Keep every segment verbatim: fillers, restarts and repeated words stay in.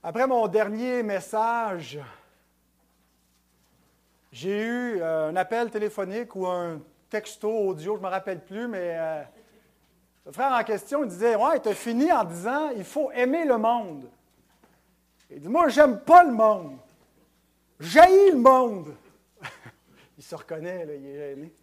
Après mon dernier message, j'ai eu euh, un appel téléphonique ou un texto audio, je ne me rappelle plus, mais euh, le frère en question il disait « Ouais, tu as fini en disant « Il faut aimer le monde ». Il dit « Moi, j'aime pas le monde. J'haïs le monde. » Il se reconnaît, là, il est gêné.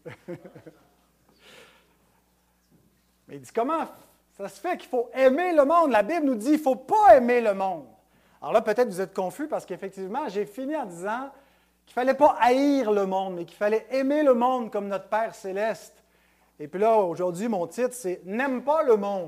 Mais il dit « Comment ça se fait qu'il faut aimer le monde? » La Bible nous dit « Il ne faut pas aimer le monde. » Alors là, peut-être vous êtes confus parce qu'effectivement, j'ai fini en disant qu'il ne fallait pas haïr le monde, mais qu'il fallait aimer le monde comme notre Père céleste. Et puis là, aujourd'hui, mon titre, c'est « N'aime pas le monde ».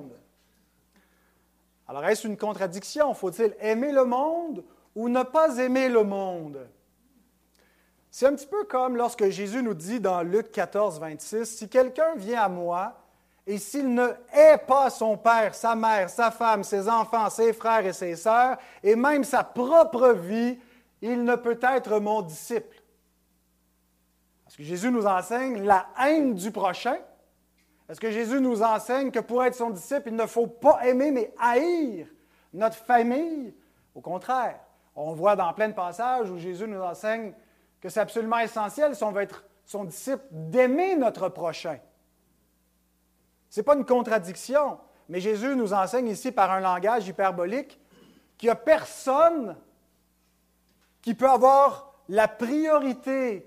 Alors, est-ce une contradiction? Faut-il aimer le monde ou ne pas aimer le monde? C'est un petit peu comme lorsque Jésus nous dit dans Luc quatorze, vingt-six, « Si quelqu'un vient à moi, et s'il ne hait pas son père, sa mère, sa femme, ses enfants, ses frères et ses sœurs, et même sa propre vie, il ne peut être mon disciple. » Est-ce que Jésus nous enseigne la haine du prochain? Est-ce que Jésus nous enseigne que pour être son disciple, il ne faut pas aimer, mais haïr notre famille? Au contraire, on voit dans plein de passages où Jésus nous enseigne que c'est absolument essentiel, si on veut être son disciple, d'aimer notre prochain. Ce n'est pas une contradiction, mais Jésus nous enseigne ici par un langage hyperbolique qu'il n'y a personne qui peut avoir la priorité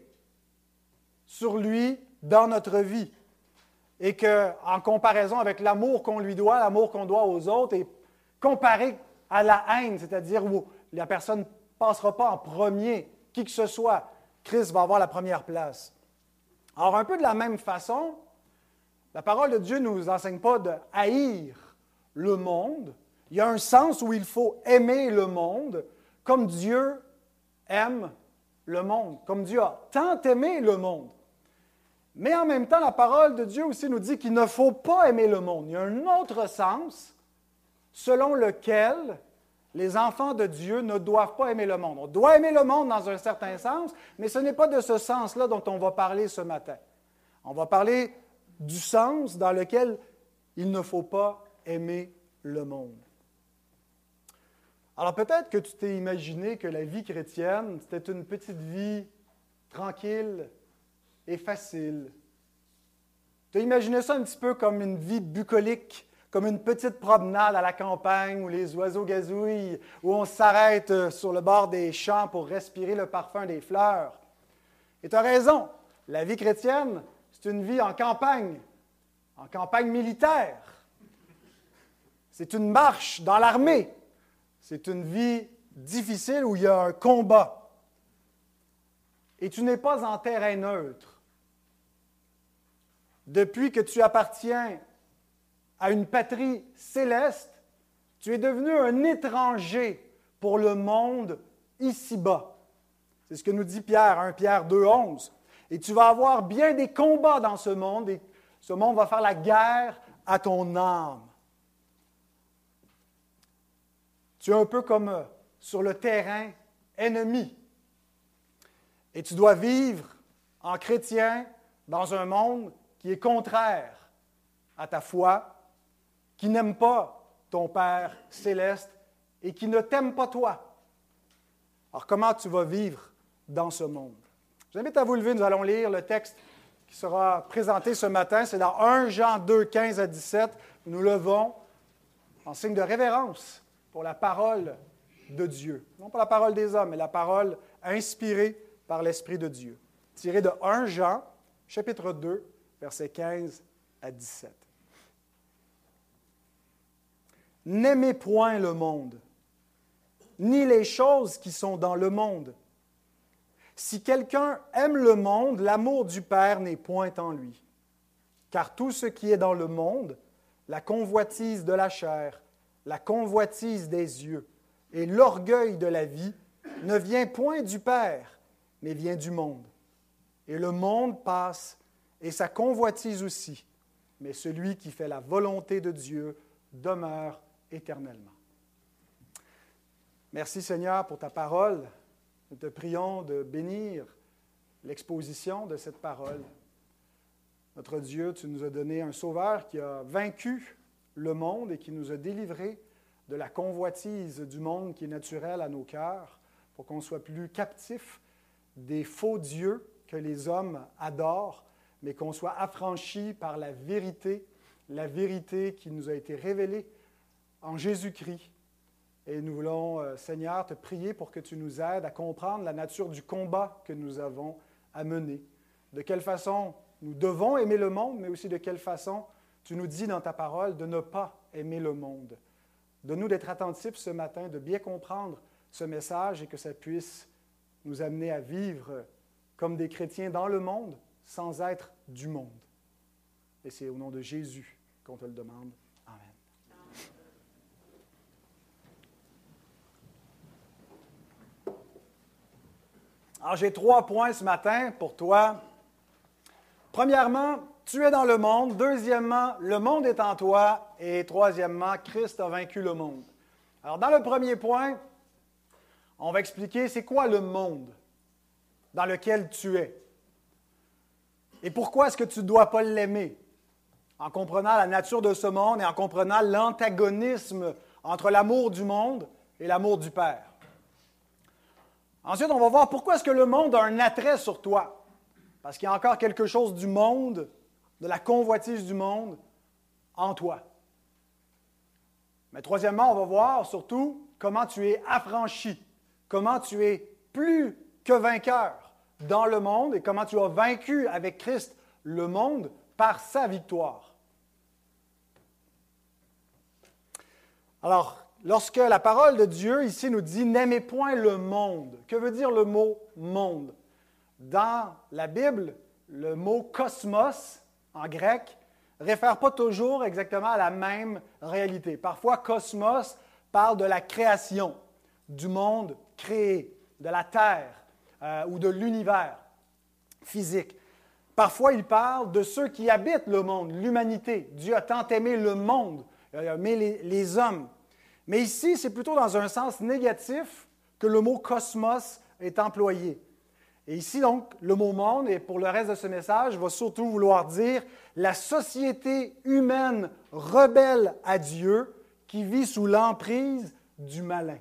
sur lui dans notre vie. Et qu'en comparaison avec l'amour qu'on lui doit, l'amour qu'on doit aux autres, est comparé à la haine, c'est-à-dire où la personne ne passera pas en premier, qui que ce soit, Christ va avoir la première place. Alors, un peu de la même façon, la parole de Dieu ne nous enseigne pas de haïr le monde. Il y a un sens où il faut aimer le monde comme Dieu aime le monde, comme Dieu a tant aimé le monde. Mais en même temps, la parole de Dieu aussi nous dit qu'il ne faut pas aimer le monde. Il y a un autre sens selon lequel les enfants de Dieu ne doivent pas aimer le monde. On doit aimer le monde dans un certain sens, mais ce n'est pas de ce sens-là dont on va parler ce matin. On va parler du sens dans lequel il ne faut pas aimer le monde. Alors peut-être que tu t'es imaginé que la vie chrétienne, c'était une petite vie tranquille et facile. Tu as imaginé ça un petit peu comme une vie bucolique, comme une petite promenade à la campagne où les oiseaux gazouillent, où on s'arrête sur le bord des champs pour respirer le parfum des fleurs. Et tu as raison, la vie chrétienne, c'est une vie en campagne, en campagne militaire. C'est une marche dans l'armée. C'est une vie difficile où il y a un combat. Et tu n'es pas en terrain neutre. Depuis que tu appartiens à une patrie céleste, tu es devenu un étranger pour le monde ici-bas. C'est ce que nous dit Pierre, premier Pierre deux, onze. Et tu vas avoir bien des combats dans ce monde, et ce monde va faire la guerre à ton âme. Tu es un peu comme sur le terrain ennemi. Et tu dois vivre en chrétien dans un monde qui est contraire à ta foi, qui n'aime pas ton Père céleste et qui ne t'aime pas toi. Alors comment tu vas vivre dans ce monde? Je vous invite à vous lever, nous allons lire le texte qui sera présenté ce matin. C'est dans premier Jean deux, quinze à dix-sept. Nous levons en signe de révérence pour la parole de Dieu. Non pas la parole des hommes, mais la parole inspirée par l'Esprit de Dieu. Tiré de premier Jean, chapitre deux, versets quinze à dix-sept. « N'aimez point le monde, ni les choses qui sont dans le monde. Si quelqu'un aime le monde, l'amour du Père n'est point en lui. Car tout ce qui est dans le monde, la convoitise de la chair, la convoitise des yeux et l'orgueil de la vie, ne vient point du Père, mais vient du monde. Et le monde passe, et sa convoitise aussi, mais celui qui fait la volonté de Dieu demeure éternellement. » Merci Seigneur pour ta parole. Nous te prions de bénir l'exposition de cette parole. Notre Dieu, tu nous as donné un Sauveur qui a vaincu le monde et qui nous a délivrés de la convoitise du monde qui est naturelle à nos cœurs, pour qu'on ne soit plus captif des faux dieux que les hommes adorent, mais qu'on soit affranchi par la vérité, la vérité qui nous a été révélée en Jésus-Christ. Et nous voulons, euh, Seigneur, te prier pour que tu nous aides à comprendre la nature du combat que nous avons à mener. De quelle façon nous devons aimer le monde, mais aussi de quelle façon tu nous dis dans ta parole de ne pas aimer le monde. Donne-nous d'être attentifs ce matin, de bien comprendre ce message et que ça puisse nous amener à vivre comme des chrétiens dans le monde sans être du monde. Et c'est au nom de Jésus qu'on te le demande. Amen. Alors, j'ai trois points ce matin pour toi. Premièrement, tu es dans le monde. Deuxièmement, le monde est en toi. Et troisièmement, Christ a vaincu le monde. Alors, dans le premier point, on va expliquer c'est quoi le monde dans lequel tu es. Et pourquoi est-ce que tu ne dois pas l'aimer? En comprenant la nature de ce monde et en comprenant l'antagonisme entre l'amour du monde et l'amour du Père. Ensuite, on va voir pourquoi est-ce que le monde a un attrait sur toi. Parce qu'il y a encore quelque chose du monde, de la convoitise du monde, en toi. Mais troisièmement, on va voir surtout comment tu es affranchi, comment tu es plus que vainqueur dans le monde et comment tu as vaincu avec Christ le monde par sa victoire. Alors, lorsque la parole de Dieu ici nous dit « n'aimez point le monde », que veut dire le mot « monde » ? Dans la Bible, le mot « cosmos » en grec ne réfère pas toujours exactement à la même réalité. Parfois, cosmos parle de la création, du monde créé, de la terre euh, ou de l'univers physique. Parfois, il parle de ceux qui habitent le monde, l'humanité. Dieu a tant aimé le monde, il a aimé les, les hommes. Mais ici, c'est plutôt dans un sens négatif que le mot « cosmos » est employé. Et ici, donc, le mot « monde », et pour le reste de ce message, va surtout vouloir dire la société humaine rebelle à Dieu qui vit sous l'emprise du malin.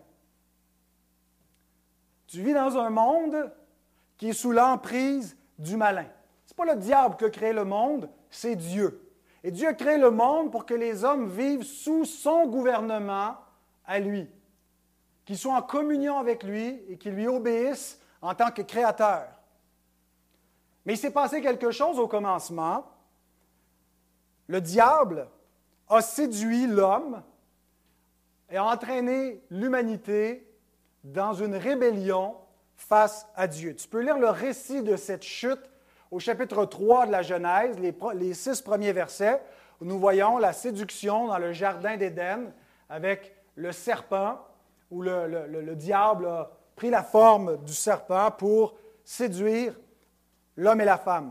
Tu vis dans un monde qui est sous l'emprise du malin. Ce n'est pas le diable qui a créé le monde, c'est Dieu. Et Dieu a créé le monde pour que les hommes vivent sous son gouvernement à lui, qu'ils soient en communion avec lui et qu'ils lui obéissent en tant que créateur. Mais il s'est passé quelque chose au commencement. Le diable a séduit l'homme et a entraîné l'humanité dans une rébellion face à Dieu. Tu peux lire le récit de cette chute au chapitre trois de la Genèse, les, les six premiers versets, où nous voyons la séduction dans le jardin d'Éden avec le serpent, où le, le, le diable a pris la forme du serpent pour séduire l'homme et la femme.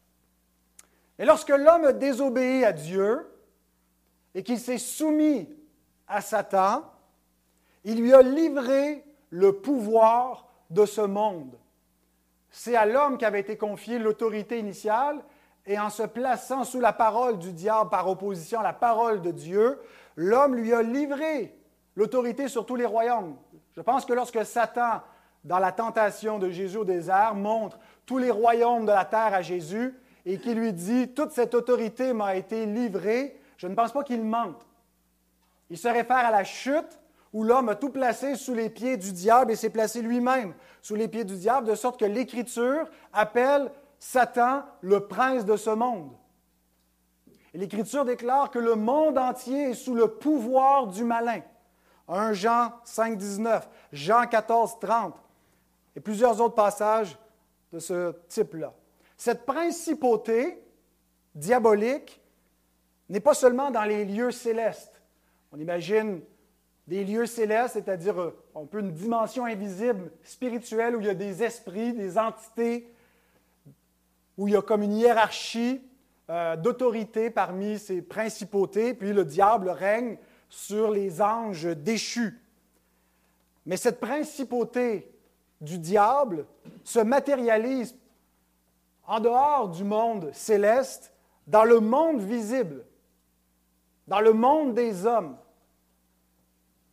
Et lorsque l'homme a désobéi à Dieu et qu'il s'est soumis à Satan, il lui a livré le pouvoir de ce monde. C'est à l'homme qu'avait été confiée l'autorité initiale, et en se plaçant sous la parole du diable par opposition à la parole de Dieu, l'homme lui a livré l'autorité sur tous les royaumes. Je pense que lorsque Satan, dans la tentation de Jésus au désert, montre tous les royaumes de la terre à Jésus et qui lui dit « Toute cette autorité m'a été livrée », je ne pense pas qu'il mente. Il se réfère à la chute où l'homme a tout placé sous les pieds du diable et s'est placé lui-même sous les pieds du diable, de sorte que l'Écriture appelle Satan le prince de ce monde. Et l'Écriture déclare que le monde entier est sous le pouvoir du malin. premier Jean cinq, dix-neuf, Jean quatorze, trente et plusieurs autres passages de ce type-là. Cette principauté diabolique n'est pas seulement dans les lieux célestes. On imagine des lieux célestes, c'est-à-dire un peu une dimension invisible, spirituelle, où il y a des esprits, des entités, où il y a comme une hiérarchie euh, d'autorité parmi ces principautés, puis le diable règne sur les anges déchus. Mais cette principauté du diable se matérialise en dehors du monde céleste, dans le monde visible, dans le monde des hommes.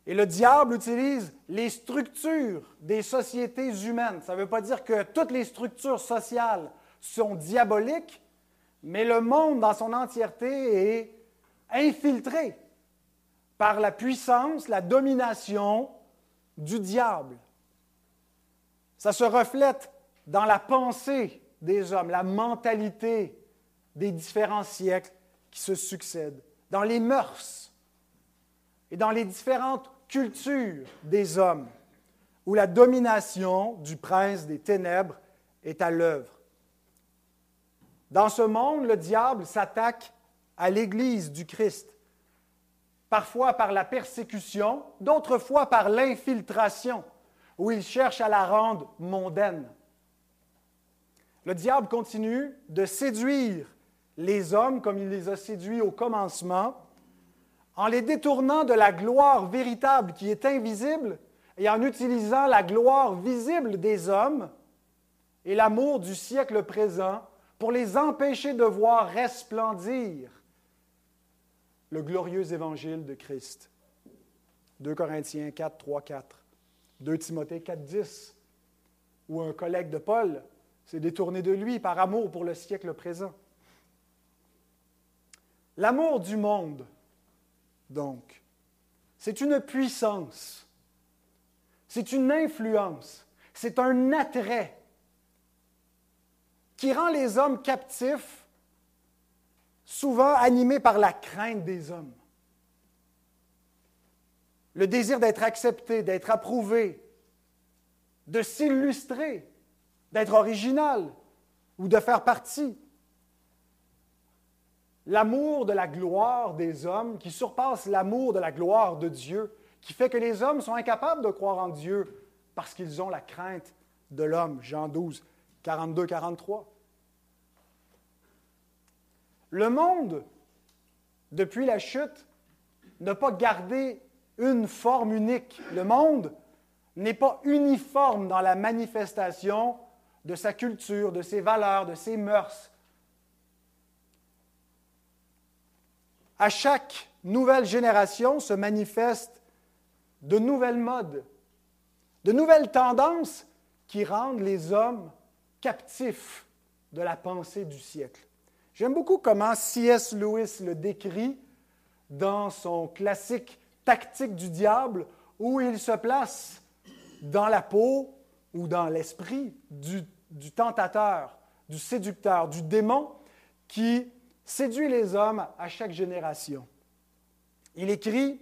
Et le diable utilise les structures des sociétés humaines. Ça ne veut pas dire que toutes les structures sociales sont diaboliques, mais le monde dans son entièreté est infiltré par la puissance, la domination du diable. Ça se reflète dans la pensée des hommes, la mentalité des différents siècles qui se succèdent, dans les mœurs et dans les différentes cultures des hommes, où la domination du prince des ténèbres est à l'œuvre. Dans ce monde, le diable s'attaque à l'Église du Christ, parfois par la persécution, d'autres fois par l'infiltration, où il cherche à la rendre mondaine. Le diable continue de séduire les hommes comme il les a séduits au commencement, en les détournant de la gloire véritable qui est invisible et en utilisant la gloire visible des hommes et l'amour du siècle présent pour les empêcher de voir resplendir le glorieux évangile de Christ. deux Corinthiens quatre, trois, quatre. deux Timothée quatre, dix, où un collègue de Paul s'est détourné de lui par amour pour le siècle présent. L'amour du monde, donc, c'est une puissance, c'est une influence, c'est un attrait qui rend les hommes captifs, souvent animés par la crainte des hommes. Le désir d'être accepté, d'être approuvé, de s'illustrer, d'être original ou de faire partie. L'amour de la gloire des hommes qui surpasse l'amour de la gloire de Dieu, qui fait que les hommes sont incapables de croire en Dieu parce qu'ils ont la crainte de l'homme. Jean douze, quarante-deux, quarante-trois. Le monde, depuis la chute, n'a pas gardé une forme unique. Le monde n'est pas uniforme dans la manifestation de sa culture, de ses valeurs, de ses mœurs. À chaque nouvelle génération se manifestent de nouvelles modes, de nouvelles tendances qui rendent les hommes captifs de la pensée du siècle. J'aime beaucoup comment C S Lewis le décrit dans son classique « Tactique du diable » où il se place dans la peau ou dans l'esprit du, du tentateur, du séducteur, du démon qui séduit les hommes à chaque génération. Il écrit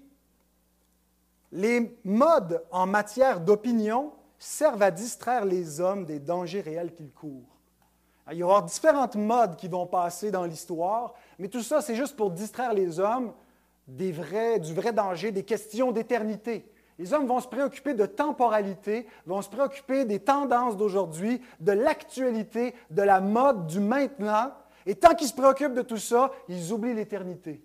« Les modes en matière d'opinion servent à distraire les hommes des dangers réels qu'ils courent. » Il y aura différentes modes qui vont passer dans l'histoire, mais tout ça, c'est juste pour distraire les hommes des vrais, du vrai danger, des questions d'éternité. Les hommes vont se préoccuper de temporalité, vont se préoccuper des tendances d'aujourd'hui, de l'actualité, de la mode, du maintenant. Et tant qu'ils se préoccupent de tout ça, ils oublient l'éternité.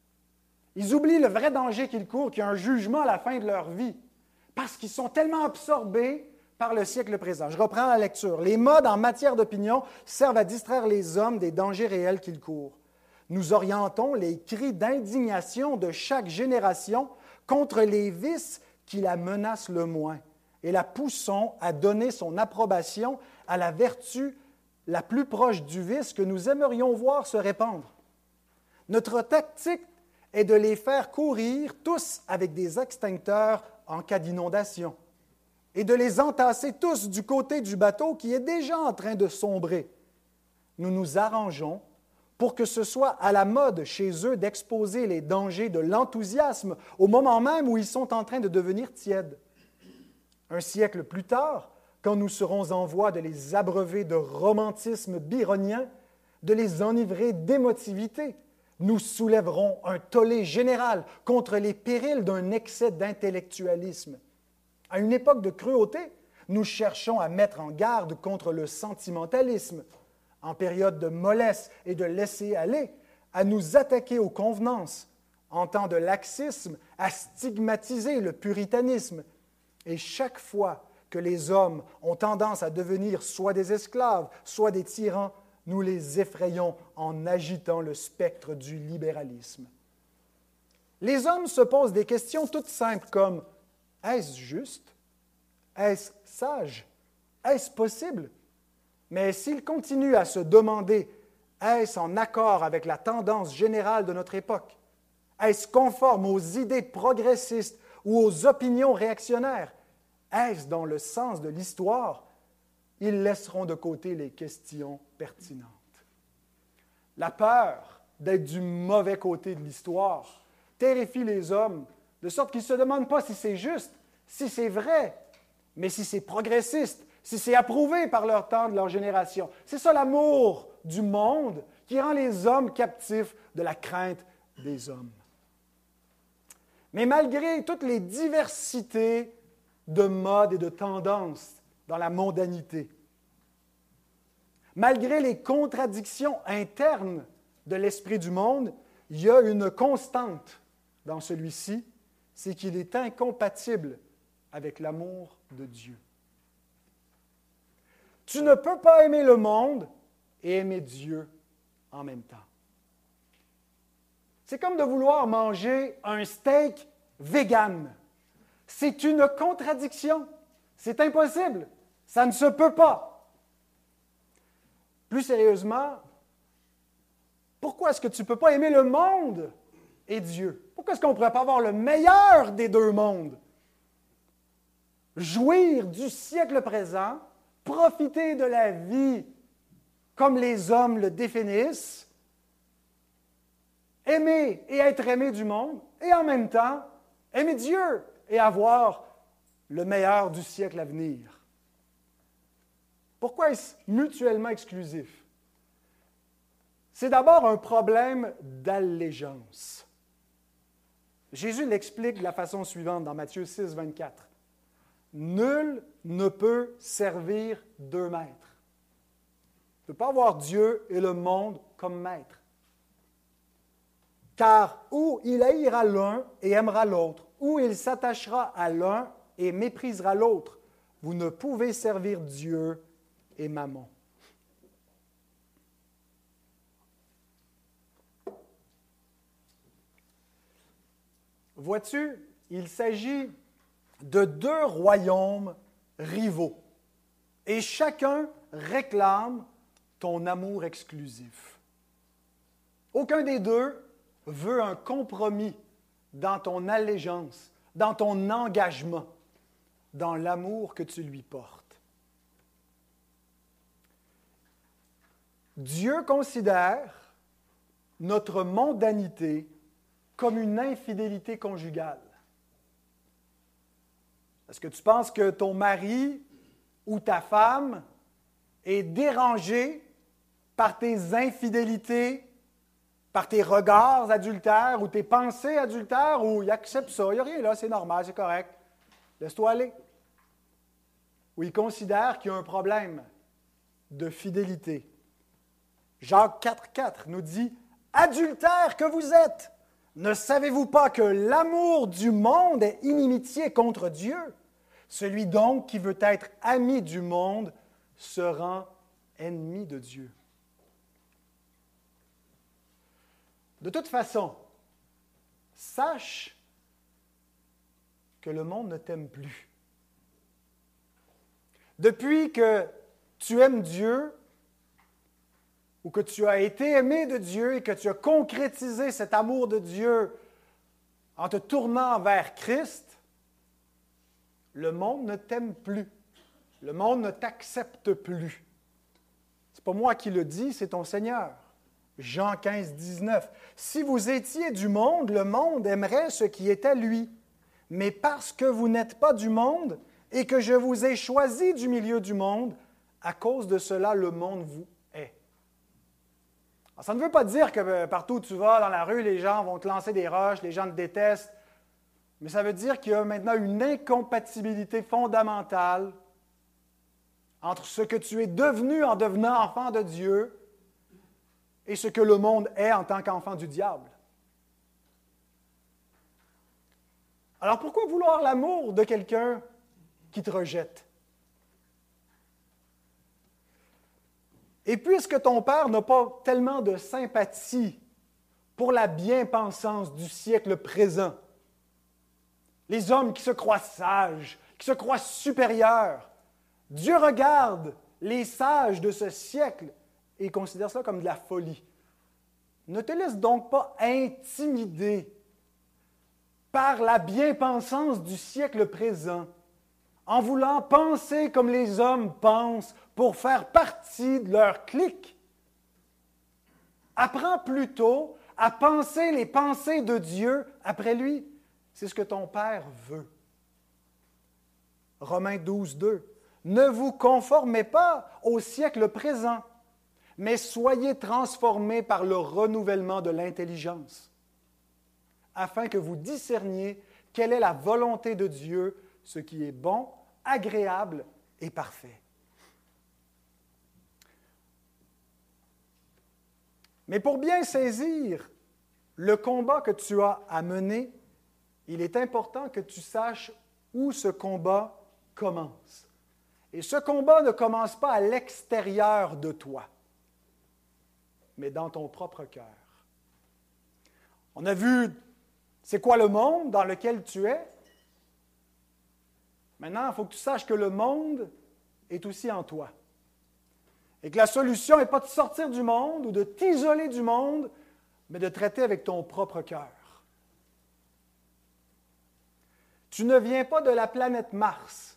Ils oublient le vrai danger qu'ils courent, qu'il y a un jugement à la fin de leur vie, parce qu'ils sont tellement absorbés par le siècle présent. Je reprends la lecture. Les modes en matière d'opinion servent à distraire les hommes des dangers réels qu'ils courent. Nous orientons les cris d'indignation de chaque génération contre les vices qui la menacent le moins et la poussons à donner son approbation à la vertu la plus proche du vice que nous aimerions voir se répandre. Notre tactique est de les faire courir tous avec des extincteurs en cas d'inondation et de les entasser tous du côté du bateau qui est déjà en train de sombrer. Nous nous arrangeons pour que ce soit à la mode chez eux d'exposer les dangers de l'enthousiasme au moment même où ils sont en train de devenir tièdes. Un siècle plus tard, quand nous serons en voie de les abreuver de romantisme byronien, de les enivrer d'émotivité, nous soulèverons un tollé général contre les périls d'un excès d'intellectualisme. À une époque de cruauté, nous cherchons à mettre en garde contre le sentimentalisme. En période de mollesse et de laisser-aller, à nous attaquer aux convenances. En temps de laxisme, à stigmatiser le puritanisme. Et chaque fois que les hommes ont tendance à devenir soit des esclaves, soit des tyrans, nous les effrayons en agitant le spectre du libéralisme. Les hommes se posent des questions toutes simples comme Est-ce juste? Est-ce sage? Est-ce possible? Mais s'il continue à se demander, est-ce en accord avec la tendance générale de notre époque? Est-ce conforme aux idées progressistes ou aux opinions réactionnaires? Est-ce dans le sens de l'histoire? Ils laisseront de côté les questions pertinentes. La peur d'être du mauvais côté de l'histoire terrifie les hommes, de sorte qu'ils ne se demandent pas si c'est juste, si c'est vrai, mais si c'est progressiste, si c'est approuvé par leur temps, de leur génération. C'est ça l'amour du monde qui rend les hommes captifs de la crainte des hommes. Mais malgré toutes les diversités de modes et de tendances dans la mondanité, malgré les contradictions internes de l'esprit du monde, il y a une constante dans celui-ci, c'est qu'il est incompatible avec l'amour de Dieu. Tu ne peux pas aimer le monde et aimer Dieu en même temps. C'est comme de vouloir manger un steak vegan. C'est une contradiction. C'est impossible. Ça ne se peut pas. Plus sérieusement, pourquoi est-ce que tu ne peux pas aimer le monde et Dieu? Pourquoi est-ce qu'on ne pourrait pas avoir le meilleur des deux mondes? Jouir du siècle présent, profiter de la vie comme les hommes le définissent, aimer et être aimé du monde, et en même temps, aimer Dieu et avoir le meilleur du siècle à venir. Pourquoi est-ce mutuellement exclusif? C'est d'abord un problème d'allégeance. Jésus l'explique de la façon suivante dans Matthieu six, vingt-quatre. Nul ne peut servir deux maîtres. Tu ne peux pas avoir Dieu et le monde comme maître. Car ou il haïra l'un et aimera l'autre, ou il s'attachera à l'un et méprisera l'autre. Vous ne pouvez servir Dieu et Mammon. Vois-tu, il s'agit de deux royaumes rivaux, et chacun réclame ton amour exclusif. Aucun des deux veut un compromis dans ton allégeance, dans ton engagement, dans l'amour que tu lui portes. Dieu considère notre mondanité comme une infidélité conjugale. Est-ce que tu penses que ton mari ou ta femme est dérangé par tes infidélités, par tes regards adultères ou tes pensées adultères, ou il accepte ça, il n'y a rien là, c'est normal, c'est correct, laisse-toi aller? Ou il considère qu'il y a un problème de fidélité. Jacques quatre, quatre nous dit « Adultères que vous êtes, ne savez-vous pas que l'amour du monde est inimitié contre Dieu? Celui donc qui veut être ami du monde se rend ennemi de Dieu. » De toute façon, sache que le monde ne t'aime plus. Depuis que tu aimes Dieu, ou que tu as été aimé de Dieu et que tu as concrétisé cet amour de Dieu en te tournant vers Christ, le monde ne t'aime plus. Le monde ne t'accepte plus. Ce n'est pas moi qui le dis, c'est ton Seigneur. Jean quinze, dix-neuf. « Si vous étiez du monde, le monde aimerait ce qui est à lui. Mais parce que vous n'êtes pas du monde et que je vous ai choisi du milieu du monde, à cause de cela, le monde vous hait. » Alors, ça ne veut pas dire que partout où tu vas, dans la rue, les gens vont te lancer des roches, les gens te détestent, mais ça veut dire qu'il y a maintenant une incompatibilité fondamentale entre ce que tu es devenu en devenant enfant de Dieu et ce que le monde est en tant qu'enfant du diable. Alors pourquoi vouloir l'amour de quelqu'un qui te rejette? Et puisque ton père n'a pas tellement de sympathie pour la bien-pensance du siècle présent, Les hommes qui se croient sages, qui se croient supérieurs. Dieu regarde les sages de ce siècle et considère cela comme de la folie. Ne te laisse donc pas intimider par la bien-pensance du siècle présent, en voulant penser comme les hommes pensent pour faire partie de leur clique. Apprends plutôt à penser les pensées de Dieu après lui. C'est ce que ton Père veut. Romains douze, deux. Ne vous conformez pas au siècle présent, mais soyez transformés par le renouvellement de l'intelligence, afin que vous discerniez quelle est la volonté de Dieu, ce qui est bon, agréable et parfait. Mais pour bien saisir le combat que tu as à mener, il est important que tu saches où ce combat commence. Et ce combat ne commence pas à l'extérieur de toi, mais dans ton propre cœur. On a vu, c'est quoi le monde dans lequel tu es? Maintenant, il faut que tu saches que le monde est aussi en toi. Et que la solution n'est pas de sortir du monde ou de t'isoler du monde, mais de traiter avec ton propre cœur. Tu ne viens pas de la planète Mars,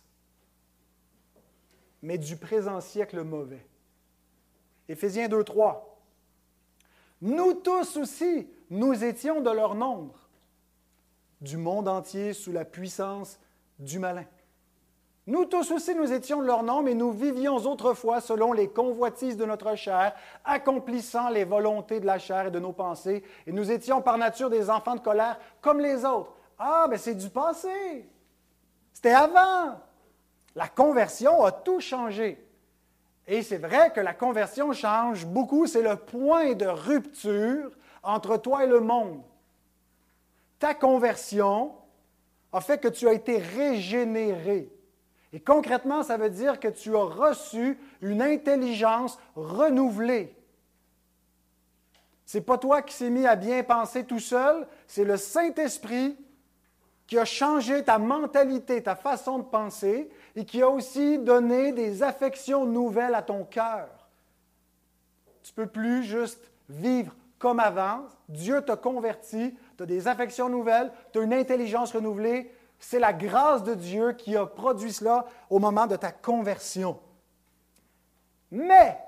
mais du présent siècle mauvais. Éphésiens deux, trois. Nous tous aussi, nous étions de leur nombre, du monde entier sous la puissance du malin. Nous tous aussi, nous étions de leur nombre et nous vivions autrefois selon les convoitises de notre chair, accomplissant les volontés de la chair et de nos pensées, et nous étions par nature des enfants de colère comme les autres. Ah, mais c'est du passé. C'était avant. La conversion a tout changé. Et c'est vrai que la conversion change beaucoup, c'est le point de rupture entre toi et le monde. Ta conversion a fait que tu as été régénéré. Et concrètement, ça veut dire que tu as reçu une intelligence renouvelée. Ce n'est pas toi qui s'es mis à bien penser tout seul, c'est le Saint-Esprit qui a changé ta mentalité, ta façon de penser, et qui a aussi donné des affections nouvelles à ton cœur. Tu ne peux plus juste vivre comme avant. Dieu t'a converti, tu as des affections nouvelles, tu as une intelligence renouvelée. C'est la grâce de Dieu qui a produit cela au moment de ta conversion. Mais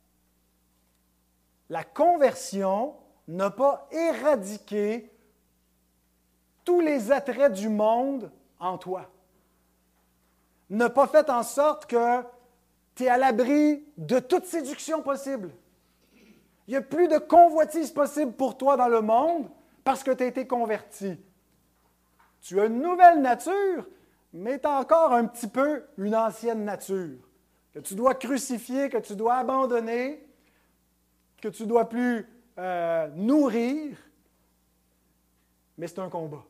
la conversion n'a pas éradiqué tous les attraits du monde en toi. N'a pas fait en sorte que tu es à l'abri de toute séduction possible. Il n'y a plus de convoitise possible pour toi dans le monde parce que tu as été converti. Tu as une nouvelle nature, mais tu as encore un petit peu une ancienne nature, que tu dois crucifier, que tu dois abandonner, que tu ne dois plus euh, nourrir, mais c'est un combat.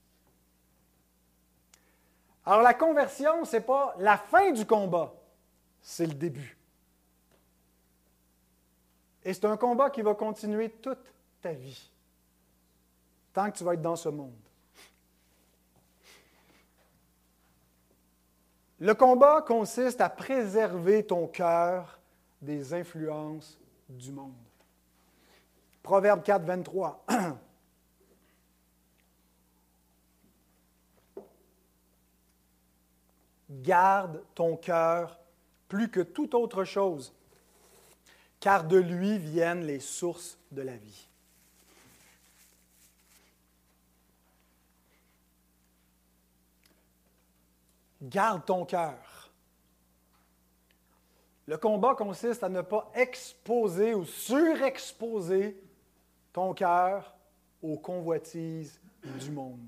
Alors la conversion, ce n'est pas la fin du combat, c'est le début. Et c'est un combat qui va continuer toute ta vie, tant que tu vas être dans ce monde. Le combat consiste à préserver ton cœur des influences du monde. Proverbe quatre, vingt-trois. Garde ton cœur plus que toute autre chose, car de lui viennent les sources de la vie. Garde ton cœur. Le combat consiste à ne pas exposer ou surexposer ton cœur aux convoitises du monde.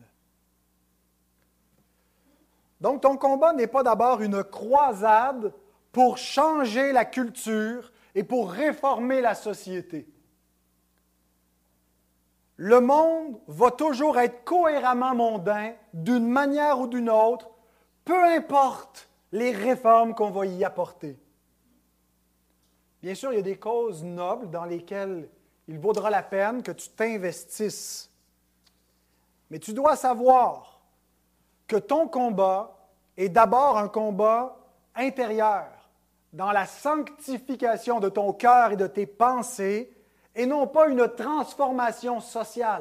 Donc, ton combat n'est pas d'abord une croisade pour changer la culture et pour réformer la société. Le monde va toujours être cohéremment mondain, d'une manière ou d'une autre, peu importe les réformes qu'on va y apporter. Bien sûr, il y a des causes nobles dans lesquelles il vaudra la peine que tu t'investisses. Mais tu dois savoir que ton combat est d'abord un combat intérieur, dans la sanctification de ton cœur et de tes pensées, et non pas une transformation sociale.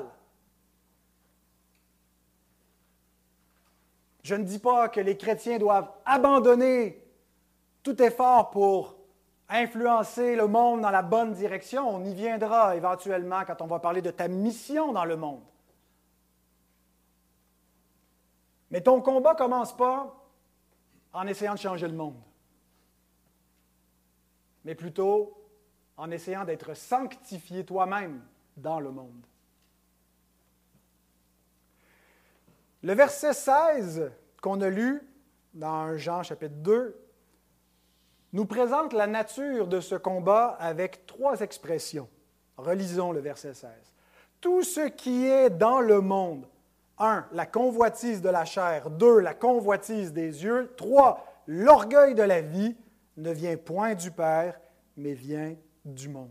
Je ne dis pas que les chrétiens doivent abandonner tout effort pour influencer le monde dans la bonne direction. On y viendra éventuellement quand on va parler de ta mission dans le monde. Mais ton combat ne commence pas en essayant de changer le monde, mais plutôt en essayant d'être sanctifié toi-même dans le monde. Le verset seize qu'on a lu dans Jean chapitre deux nous présente la nature de ce combat avec trois expressions. Relisons le verset seize. Tout ce qui est dans le monde, un, la convoitise de la chair, deux, la convoitise des yeux, trois, l'orgueil de la vie, ne vient point du Père, mais vient du monde.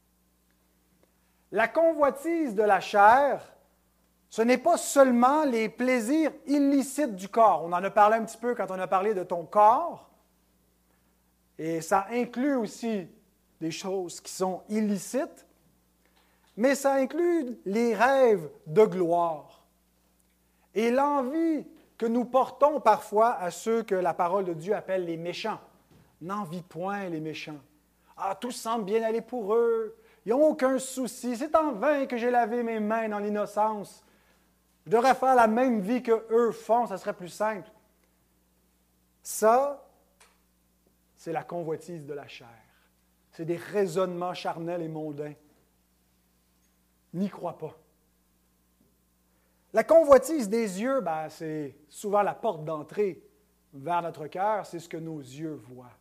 La convoitise de la chair, ce n'est pas seulement les plaisirs illicites du corps. On en a parlé un petit peu quand on a parlé de ton corps. Et ça inclut aussi des choses qui sont illicites, mais ça inclut les rêves de gloire et l'envie que nous portons parfois à ceux que la parole de Dieu appelle les méchants. N'envie point les méchants. Ah, tout semble bien aller pour eux. Ils n'ont aucun souci. C'est en vain que j'ai lavé mes mains dans l'innocence. Je devrais faire la même vie qu'eux font, ça serait plus simple. Ça, c'est la convoitise de la chair. C'est des raisonnements charnels et mondains. N'y crois pas. La convoitise des yeux, ben, c'est souvent la porte d'entrée vers notre cœur, c'est ce que nos yeux voient.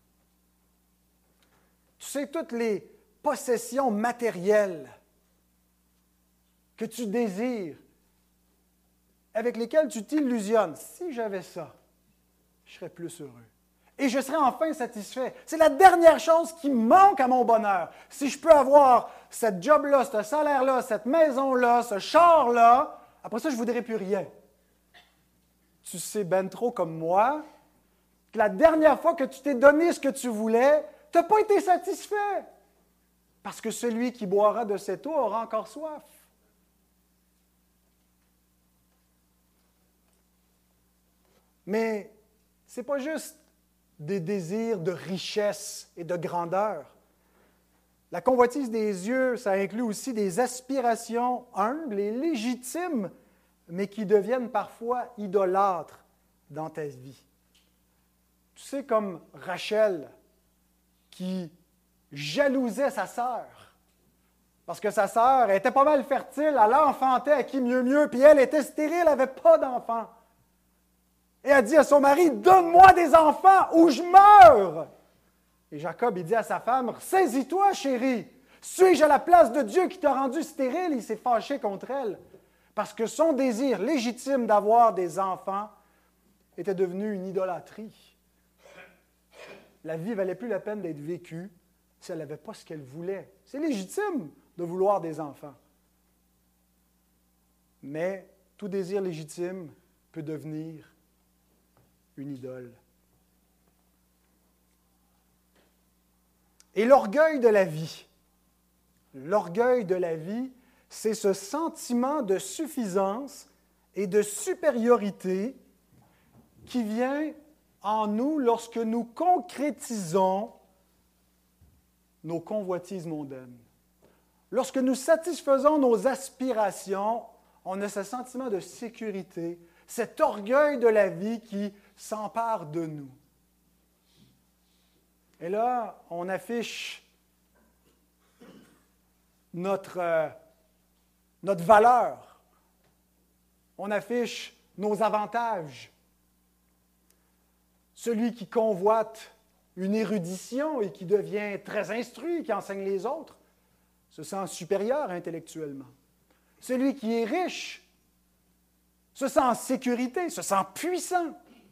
Tu sais, toutes les possessions matérielles que tu désires, avec lesquelles tu t'illusionnes, si j'avais ça, je serais plus heureux. Et je serai enfin satisfait. C'est la dernière chose qui manque à mon bonheur. Si je peux avoir cette job-là, ce salaire-là, cette maison-là, ce char-là, après ça, je ne voudrais plus rien. Tu sais ben trop comme moi que la dernière fois que tu t'es donné ce que tu voulais, tu n'as pas été satisfait. Parce que celui qui boira de cette eau aura encore soif. Mais ce n'est pas juste des désirs de richesse et de grandeur. La convoitise des yeux, ça inclut aussi des aspirations humbles et légitimes, mais qui deviennent parfois idolâtres dans ta vie. Tu sais, comme Rachel, qui jalousait sa sœur, parce que sa sœur était pas mal fertile, elle enfantait à qui mieux mieux, puis elle était stérile, elle n'avait pas d'enfant. Et elle dit à son mari, « Donne-moi des enfants ou je meurs! » Et Jacob, il dit à sa femme, « Saisis-toi, chérie! Suis-je à la place de Dieu qui t'a rendu stérile? » Il s'est fâché contre elle, parce que son désir légitime d'avoir des enfants était devenu une idolâtrie. La vie ne valait plus la peine d'être vécue si elle n'avait pas ce qu'elle voulait. C'est légitime de vouloir des enfants. Mais tout désir légitime peut devenir une idole. Et l'orgueil de la vie. L'orgueil de la vie, c'est ce sentiment de suffisance et de supériorité qui vient en nous lorsque nous concrétisons nos convoitises mondaines. Lorsque nous satisfaisons nos aspirations, on a ce sentiment de sécurité, cet orgueil de la vie qui s'empare de nous. Et là, on affiche notre, euh, notre valeur. On affiche nos avantages. Celui qui convoite une érudition et qui devient très instruit, qui enseigne les autres, se sent supérieur intellectuellement. Celui qui est riche se sent en sécurité, se sent puissant.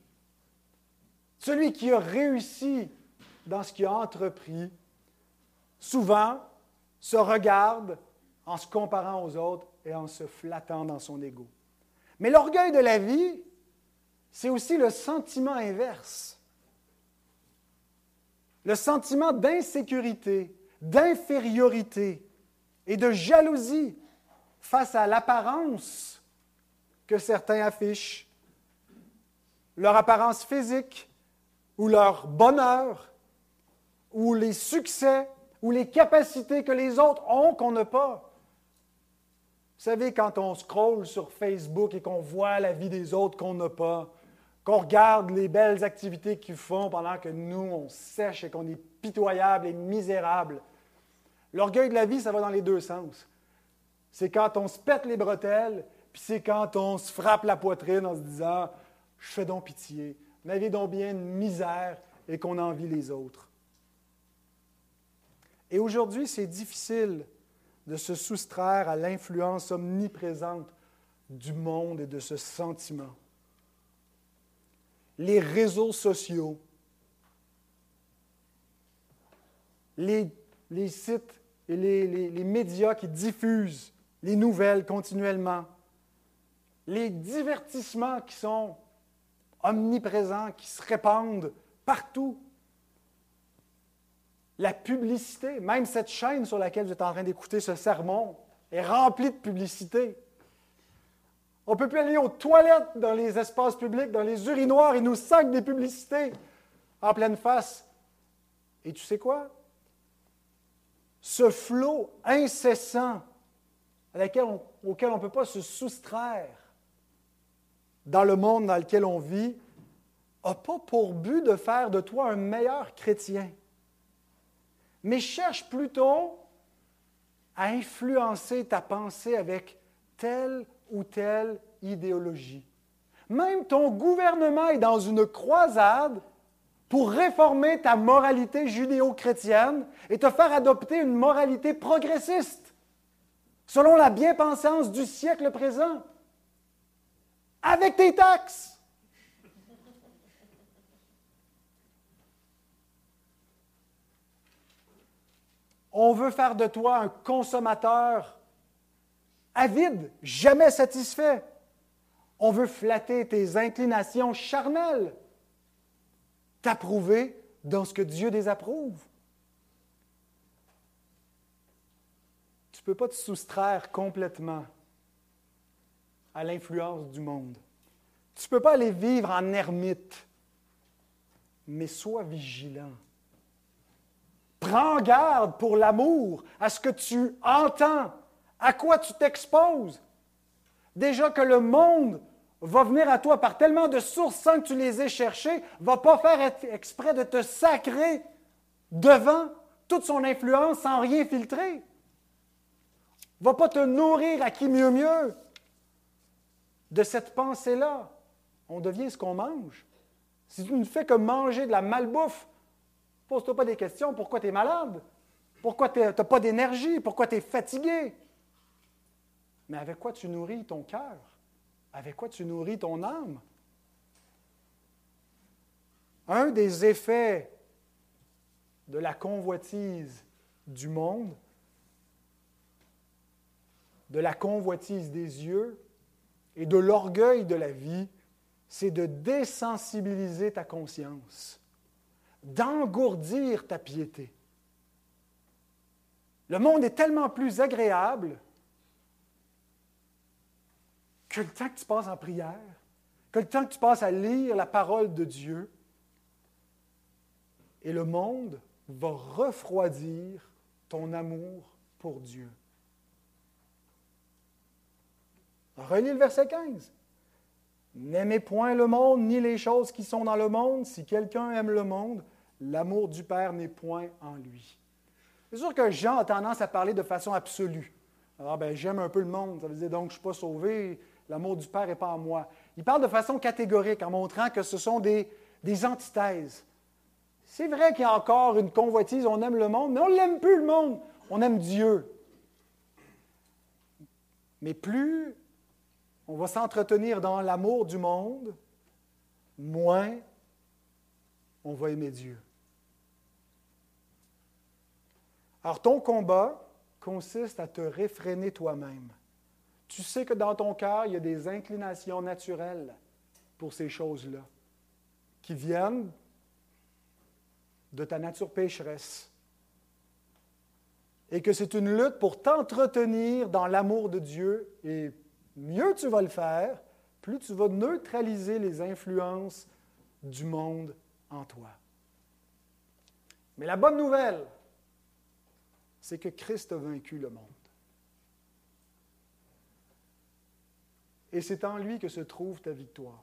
Celui qui a réussi dans ce qu'il a entrepris, souvent se regarde en se comparant aux autres et en se flattant dans son ego. Mais l'orgueil de la vie, c'est aussi le sentiment inverse. Le sentiment d'insécurité, d'infériorité et de jalousie face à l'apparence que certains affichent, leur apparence physique ou leur bonheur ou les succès ou les capacités que les autres ont qu'on n'a pas. Vous savez, quand on scrolle sur Facebook et qu'on voit la vie des autres qu'on n'a pas, qu'on regarde les belles activités qu'ils font pendant que nous, on sèche et qu'on est pitoyable et misérable. L'orgueil de la vie, ça va dans les deux sens. C'est quand on se pète les bretelles, puis c'est quand on se frappe la poitrine en se disant « Je fais donc pitié, ma vie est donc bien une misère » et qu'on envie les autres. Et aujourd'hui, c'est difficile de se soustraire à l'influence omniprésente du monde et de ce sentiment. Les réseaux sociaux, les, les sites et les, les, les médias qui diffusent les nouvelles continuellement, les divertissements qui sont omniprésents, qui se répandent partout, la publicité, même cette chaîne sur laquelle vous êtes en train d'écouter ce sermon est remplie de publicité. On ne peut plus aller aux toilettes dans les espaces publics, dans les urinoirs, ils nous sacent des publicités en pleine face. Et tu sais quoi? Ce flot incessant à laquelle on, auquel on ne peut pas se soustraire dans le monde dans lequel on vit, n'a pas pour but de faire de toi un meilleur chrétien, mais cherche plutôt à influencer ta pensée avec telle ou telle idéologie. Même ton gouvernement est dans une croisade pour réformer ta moralité judéo-chrétienne et te faire adopter une moralité progressiste, selon la bien-pensance du siècle présent, avec tes taxes. On veut faire de toi un consommateur avide, jamais satisfait. On veut flatter tes inclinations charnelles, t'approuver dans ce que Dieu désapprouve. Tu ne peux pas te soustraire complètement à l'influence du monde. Tu ne peux pas aller vivre en ermite, mais sois vigilant. Prends garde pour l'amour à ce que tu entends, à quoi tu t'exposes. Déjà que le monde va venir à toi par tellement de sources sans que tu les aies cherchées, ne va pas faire exprès de te sacrer devant toute son influence sans rien filtrer. Ne va pas te nourrir à qui mieux mieux de cette pensée-là. On devient ce qu'on mange. Si tu ne fais que manger de la malbouffe, pose-toi pas des questions. Pourquoi tu es malade? Pourquoi tu n'as pas d'énergie? Pourquoi tu es fatigué? Mais avec quoi tu nourris ton cœur? Avec quoi tu nourris ton âme? Un des effets de la convoitise du monde, de la convoitise des yeux et de l'orgueil de la vie, c'est de désensibiliser ta conscience, d'engourdir ta piété. Le monde est tellement plus agréable que le temps que tu passes en prière, que le temps que tu passes à lire la parole de Dieu, et le monde va refroidir ton amour pour Dieu. Relis le verset quinze. N'aimez point le monde, ni les choses qui sont dans le monde. Si quelqu'un aime le monde, l'amour du Père n'est point en lui. C'est sûr que Jean a tendance à parler de façon absolue. Alors, ben, j'aime un peu le monde, ça veut dire donc je ne suis pas sauvé, l'amour du Père n'est pas en moi. Il parle de façon catégorique en montrant que ce sont des, des antithèses. C'est vrai qu'il y a encore une convoitise, on aime le monde, mais on ne l'aime plus le monde, on aime Dieu. Mais plus on va s'entretenir dans l'amour du monde, moins on va aimer Dieu. Alors ton combat consiste à te réfréner toi-même. Tu sais que dans ton cœur, il y a des inclinations naturelles pour ces choses-là, qui viennent de ta nature pécheresse. Et que c'est une lutte pour t'entretenir dans l'amour de Dieu. Et mieux tu vas le faire, plus tu vas neutraliser les influences du monde en toi. Mais la bonne nouvelle, c'est que Christ a vaincu le monde. Et c'est en lui que se trouve ta victoire.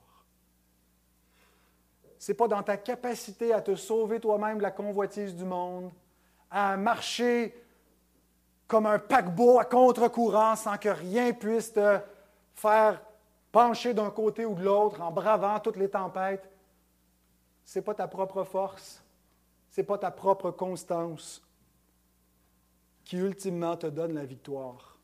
Ce n'est pas dans ta capacité à te sauver toi-même de la convoitise du monde, à marcher comme un paquebot à contre-courant sans que rien puisse te faire pencher d'un côté ou de l'autre en bravant toutes les tempêtes. Ce n'est pas ta propre force, ce n'est pas ta propre constance qui ultimement te donne la victoire.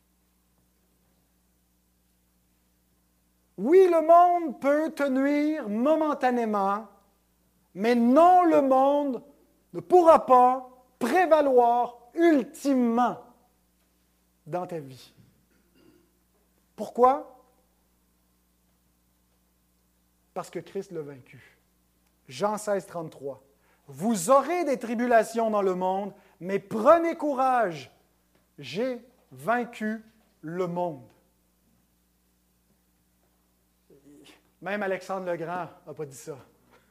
Oui, le monde peut te nuire momentanément, mais non, le monde ne pourra pas prévaloir ultimement dans ta vie. Pourquoi? Parce que Christ l'a vaincu. Jean seize, trente-trois. Vous aurez des tribulations dans le monde, mais prenez courage, j'ai vaincu le monde. Même Alexandre le Grand n'a pas dit ça.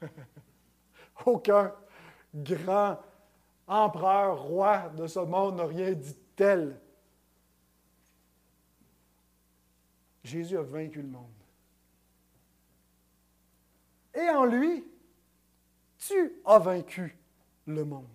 Aucun grand empereur, roi de ce monde n'a rien dit tel. Jésus a vaincu le monde. Et en lui, tu as vaincu le monde.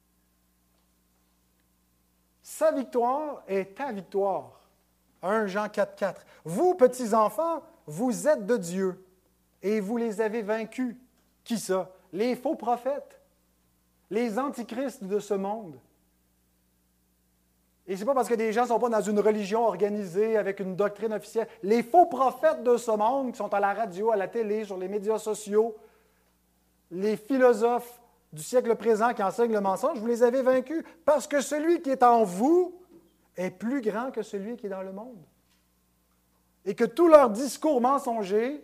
Sa victoire est ta victoire. premier Jean quatre, quatre. Vous, petits enfants, vous êtes de Dieu et vous les avez vaincus. Qui ça? Les faux prophètes, les antichrists de ce monde. Et ce n'est pas parce que des gens ne sont pas dans une religion organisée avec une doctrine officielle. Les faux prophètes de ce monde qui sont à la radio, à la télé, sur les médias sociaux, les philosophes du siècle présent qui enseignent le mensonge, vous les avez vaincus parce que celui qui est en vous est plus grand que celui qui est dans le monde. Et que tous leurs discours mensongers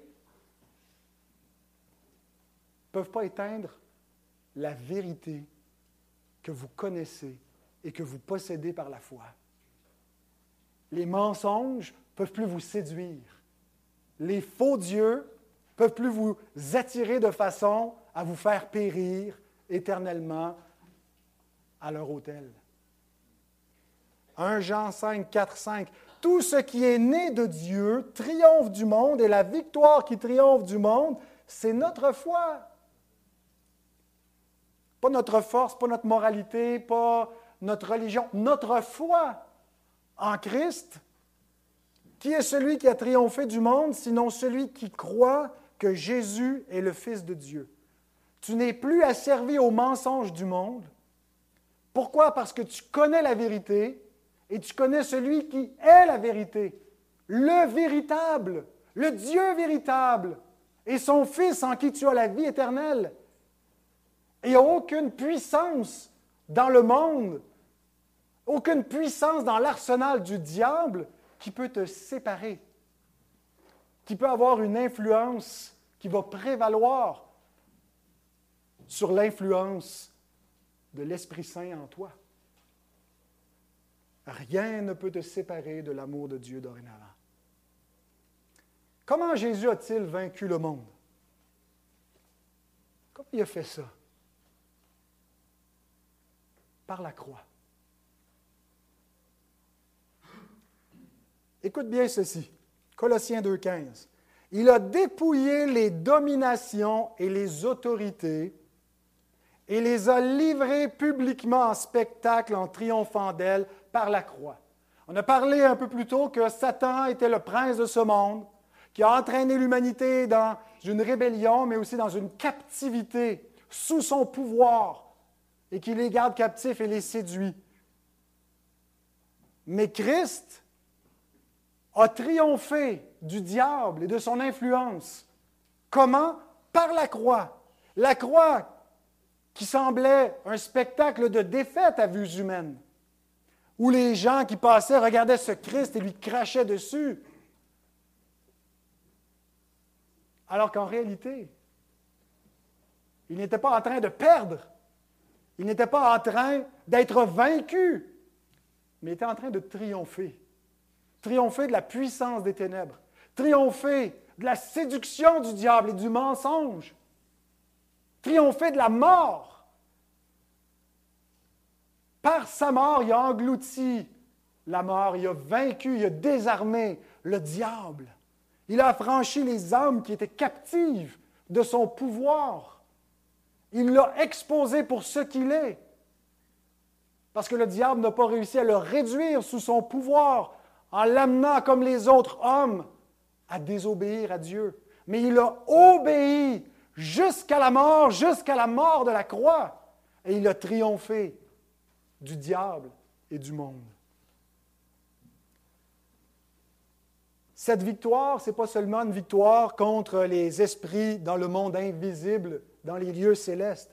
ne peuvent pas éteindre la vérité que vous connaissez et que vous possédez par la foi. Les mensonges ne peuvent plus vous séduire. Les faux dieux ne peuvent plus vous attirer de façon à vous faire périr éternellement à leur autel. premier Jean cinq, quatre, cinq. Tout ce qui est né de Dieu triomphe du monde et la victoire qui triomphe du monde, c'est notre foi. Pas notre force, pas notre moralité, pas notre religion, notre foi en Christ, qui est celui qui a triomphé du monde, sinon celui qui croit que Jésus est le Fils de Dieu. Tu n'es plus asservi aux mensonges du monde. Pourquoi? Parce que tu connais la vérité et tu connais celui qui est la vérité, le véritable, le Dieu véritable et son Fils en qui tu as la vie éternelle. Il n'y a aucune puissance dans le monde, aucune puissance dans l'arsenal du diable qui peut te séparer, qui peut avoir une influence qui va prévaloir sur l'influence de l'Esprit Saint en toi. Rien ne peut te séparer de l'amour de Dieu dorénavant. Comment Jésus a-t-il vaincu le monde? Comment il a fait ça? Par la croix. Écoute bien ceci. Colossiens deux, quinze. Il a dépouillé les dominations et les autorités et les a livrées publiquement en spectacle en triomphant d'elles par la croix. On a parlé un peu plus tôt que Satan était le prince de ce monde, qui a entraîné l'humanité dans une rébellion, mais aussi dans une captivité sous son pouvoir, et qui les garde captifs et les séduit. Mais Christ a triomphé du diable et de son influence. Comment? Par la croix. La croix qui semblait un spectacle de défaite à vue humaine, où les gens qui passaient regardaient ce Christ et lui crachaient dessus, Alors qu'en réalité, il n'était pas en train de perdre. Il n'était pas en train d'être vaincu, mais il était en train de triompher. Triompher de la puissance des ténèbres. Triompher de la séduction du diable et du mensonge. Triompher de la mort. Par sa mort, il a englouti la mort, il a vaincu, il a désarmé le diable. Il a affranchi les âmes qui étaient captives de son pouvoir. Il l'a exposé pour ce qu'il est. Parce que le diable n'a pas réussi à le réduire sous son pouvoir en l'amenant comme les autres hommes à désobéir à Dieu. Mais il a obéi jusqu'à la mort, jusqu'à la mort de la croix. Et il a triomphé du diable et du monde. Cette victoire, ce n'est pas seulement une victoire contre les esprits dans le monde invisible, dans les lieux célestes,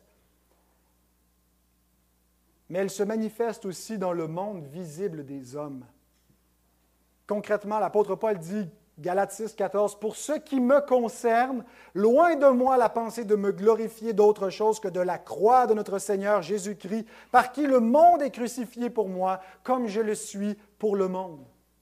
mais elle se manifeste aussi dans le monde visible des hommes. Concrètement, l'apôtre Paul dit, Galates six, quatorze, « Pour ce qui me concerne, loin de moi la pensée de me glorifier d'autre chose que de la croix de notre Seigneur Jésus-Christ, par qui le monde est crucifié pour moi, comme je le suis pour le monde. »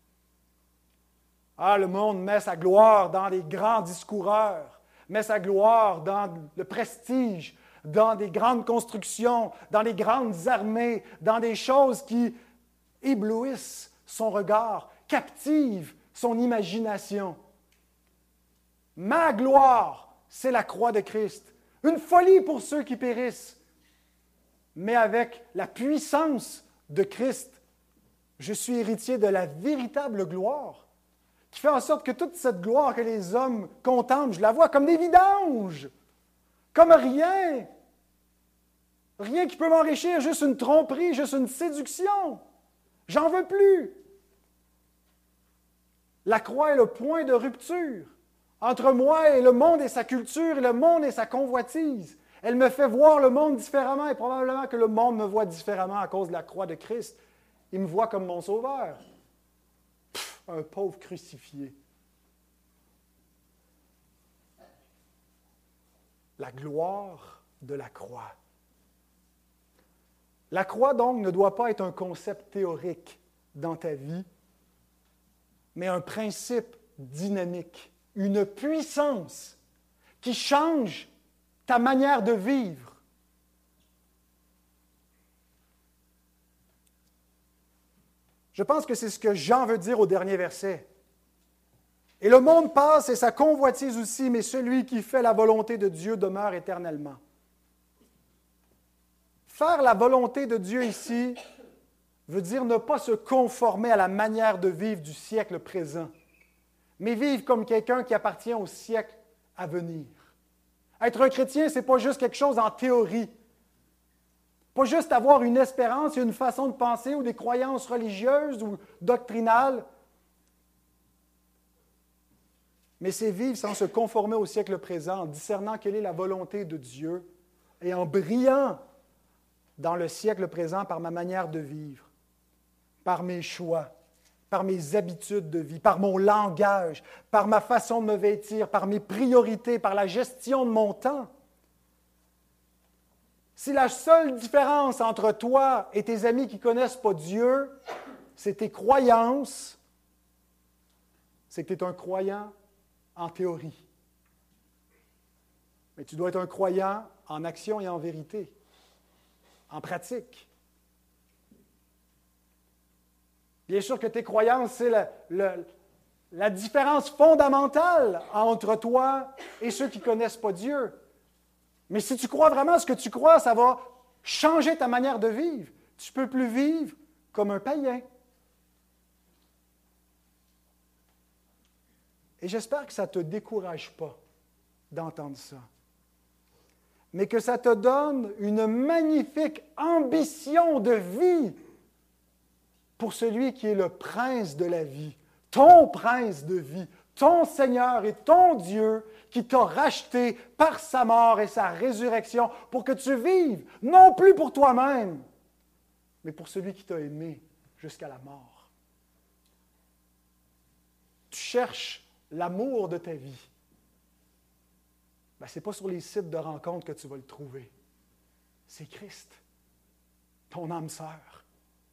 Ah, le monde met sa gloire dans les grands discoureurs, met sa gloire dans le prestige, dans des grandes constructions, dans les grandes armées, dans des choses qui éblouissent son regard, captivent son imagination. Ma gloire, c'est la croix de Christ. Une folie pour ceux qui périssent, mais avec la puissance de Christ, je suis héritier de la véritable gloire, qui fait en sorte que toute cette gloire que les hommes contemplent, je la vois comme des vidanges, comme rien. Rien qui peut m'enrichir, juste une tromperie, juste une séduction. J'en veux plus. La croix est le point de rupture entre moi et le monde et sa culture, et le monde et sa convoitise. Elle me fait voir le monde différemment, et probablement que le monde me voit différemment à cause de la croix de Christ. Il me voit comme mon sauveur. Pff, un pauvre crucifié. La gloire de la croix. La croix, donc, ne doit pas être un concept théorique dans ta vie, mais un principe dynamique, une puissance qui change ta manière de vivre. Je pense que c'est ce que Jean veut dire au dernier verset. Et le monde passe et sa convoitise aussi, mais celui qui fait la volonté de Dieu demeure éternellement. Faire la volonté de Dieu ici veut dire ne pas se conformer à la manière de vivre du siècle présent, mais vivre comme quelqu'un qui appartient au siècle à venir. Être un chrétien, ce n'est pas juste quelque chose en théorie. Pas juste avoir une espérance et une façon de penser ou des croyances religieuses ou doctrinales, mais c'est vivre sans se conformer au siècle présent, en discernant quelle est la volonté de Dieu et en brillant dans le siècle présent par ma manière de vivre, par mes choix, par mes habitudes de vie, par mon langage, par ma façon de me vêtir, par mes priorités, par la gestion de mon temps. Si la seule différence entre toi et tes amis qui ne connaissent pas Dieu, c'est tes croyances, c'est que tu es un croyant en théorie. Mais tu dois être un croyant en action et en vérité, en pratique. Bien sûr que tes croyances, c'est la, la, la différence fondamentale entre toi et ceux qui ne connaissent pas Dieu. Mais si tu crois vraiment ce que tu crois, ça va changer ta manière de vivre. Tu ne peux plus vivre comme un païen. Et j'espère que ça ne te décourage pas d'entendre ça, mais que ça te donne une magnifique ambition de vie pour celui qui est le prince de la vie, ton prince de vie, ton Seigneur et ton Dieu qui t'a racheté par sa mort et sa résurrection pour que tu vives, non plus pour toi-même, mais pour celui qui t'a aimé jusqu'à la mort. Tu cherches l'amour de ta vie. ben, ce n'est pas sur les sites de rencontres que tu vas le trouver. C'est Christ, ton âme sœur.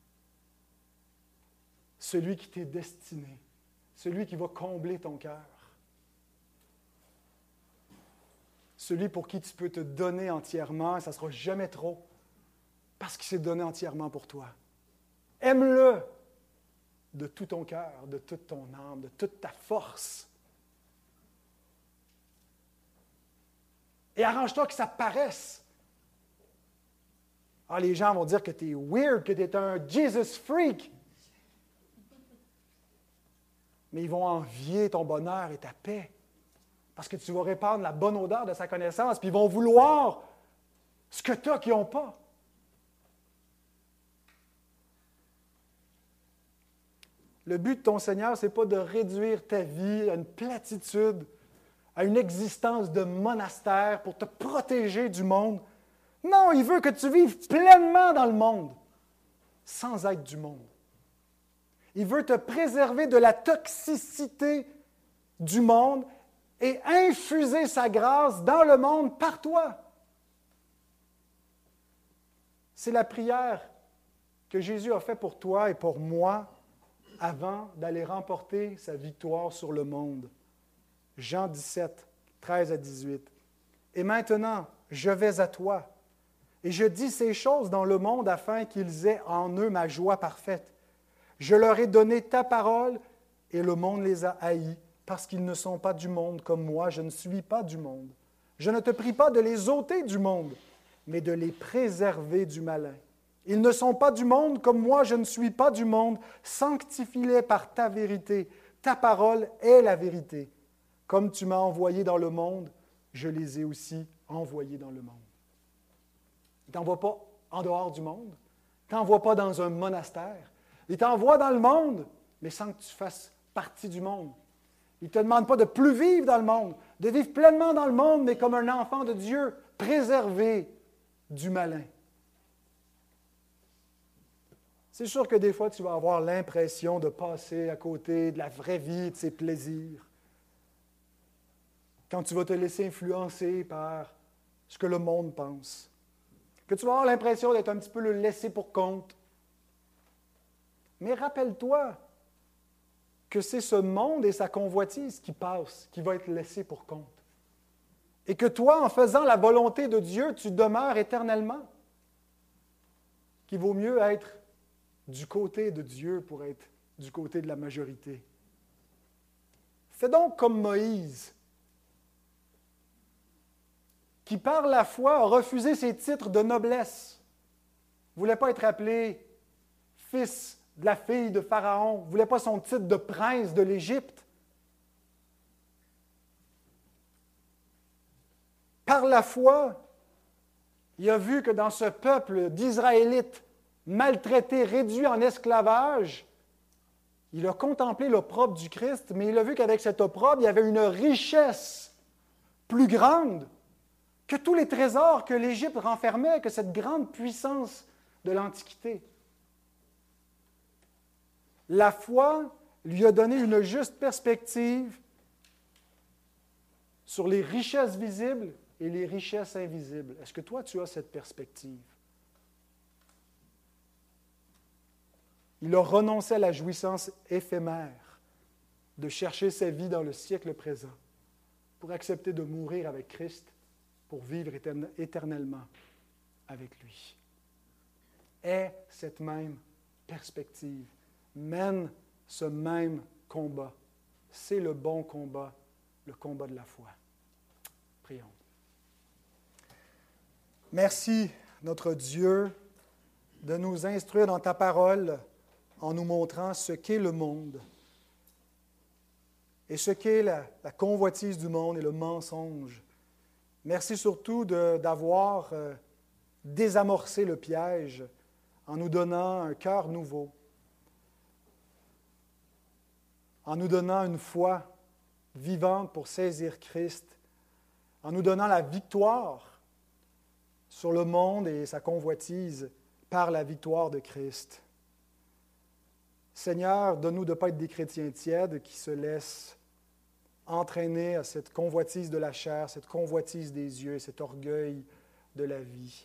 Celui qui t'est destiné, celui qui va combler ton cœur. Celui pour qui tu peux te donner entièrement, et ça ne sera jamais trop, parce qu'il s'est donné entièrement pour toi. Aime-le de tout ton cœur, de toute ton âme, de toute ta force. Et arrange-toi que ça paraisse. Ah, les gens vont dire que tu es weird, que tu es un Jesus freak. Mais ils vont envier ton bonheur et ta paix. Parce que tu vas répandre la bonne odeur de sa connaissance, puis ils vont vouloir ce que tu as qu'ils n'ont pas. Le but de ton Seigneur, ce n'est pas de réduire ta vie à une platitude, à une existence de monastère pour te protéger du monde. Non, il veut que tu vives pleinement dans le monde, sans être du monde. Il veut te préserver de la toxicité du monde et infuser sa grâce dans le monde par toi. C'est la prière que Jésus a faite pour toi et pour moi avant d'aller remporter sa victoire sur le monde. Jean dix-sept, treize à dix-huit. Et maintenant, je vais à toi, et je dis ces choses dans le monde afin qu'ils aient en eux ma joie parfaite. Je leur ai donné ta parole, et le monde les a haïs, parce qu'ils ne sont pas du monde, comme moi, je ne suis pas du monde. Je ne te prie pas de les ôter du monde, mais de les préserver du malin. Ils ne sont pas du monde, comme moi, je ne suis pas du monde. Sanctifie-les par ta vérité. Ta parole est la vérité. Comme tu m'as envoyé dans le monde, je les ai aussi envoyés dans le monde. Il ne t'envoie pas en dehors du monde. Il ne t'envoie pas dans un monastère. Il t'envoie dans le monde, mais sans que tu fasses partie du monde. Il ne te demande pas de plus vivre dans le monde, de vivre pleinement dans le monde, mais comme un enfant de Dieu, préservé du malin. C'est sûr que des fois, tu vas avoir l'impression de passer à côté de la vraie vie, de ses plaisirs. Quand tu vas te laisser influencer par ce que le monde pense. Que tu vas avoir l'impression d'être un petit peu le laissé pour compte. Mais rappelle-toi que c'est ce monde et sa convoitise qui passent, qui va être laissé pour compte. Et que toi, en faisant la volonté de Dieu, tu demeures éternellement. Qu'il vaut mieux être du côté de Dieu pour être du côté de la majorité. Fais donc comme Moïse, qui par la foi a refusé ses titres de noblesse. Il ne voulait pas être appelé fils de la fille de Pharaon, il ne voulait pas son titre de prince de l'Égypte. Par la foi, il a vu que dans ce peuple d'Israélites maltraités, réduits en esclavage, il a contemplé l'opprobre du Christ, mais il a vu qu'avec cet opprobre, il y avait une richesse plus grande que tous les trésors que l'Égypte renfermait, que cette grande puissance de l'Antiquité. La foi lui a donné une juste perspective sur les richesses visibles et les richesses invisibles. Est-ce que toi, tu as cette perspective? Il a renoncé à la jouissance éphémère de chercher sa vie dans le siècle présent pour accepter de mourir avec Christ, pour vivre éternellement avec lui. Aie cette même perspective. Mène ce même combat. C'est le bon combat, le combat de la foi. Prions. Merci, notre Dieu, de nous instruire dans ta parole en nous montrant ce qu'est le monde et ce qu'est la, la convoitise du monde et le mensonge. Merci surtout de, d'avoir euh, désamorcé le piège en nous donnant un cœur nouveau, en nous donnant une foi vivante pour saisir Christ, en nous donnant la victoire sur le monde et sa convoitise par la victoire de Christ. Seigneur, donne-nous de ne pas être des chrétiens tièdes qui se laissent entraînés à cette convoitise de la chair, cette convoitise des yeux, cet orgueil de la vie.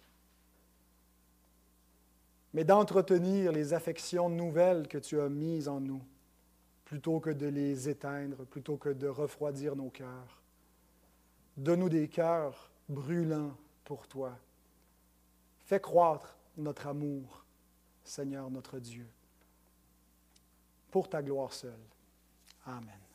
Mais d'entretenir les affections nouvelles que tu as mises en nous, plutôt que de les éteindre, plutôt que de refroidir nos cœurs. Donne-nous des cœurs brûlants pour toi. Fais croître notre amour, Seigneur notre Dieu, pour ta gloire seule. Amen.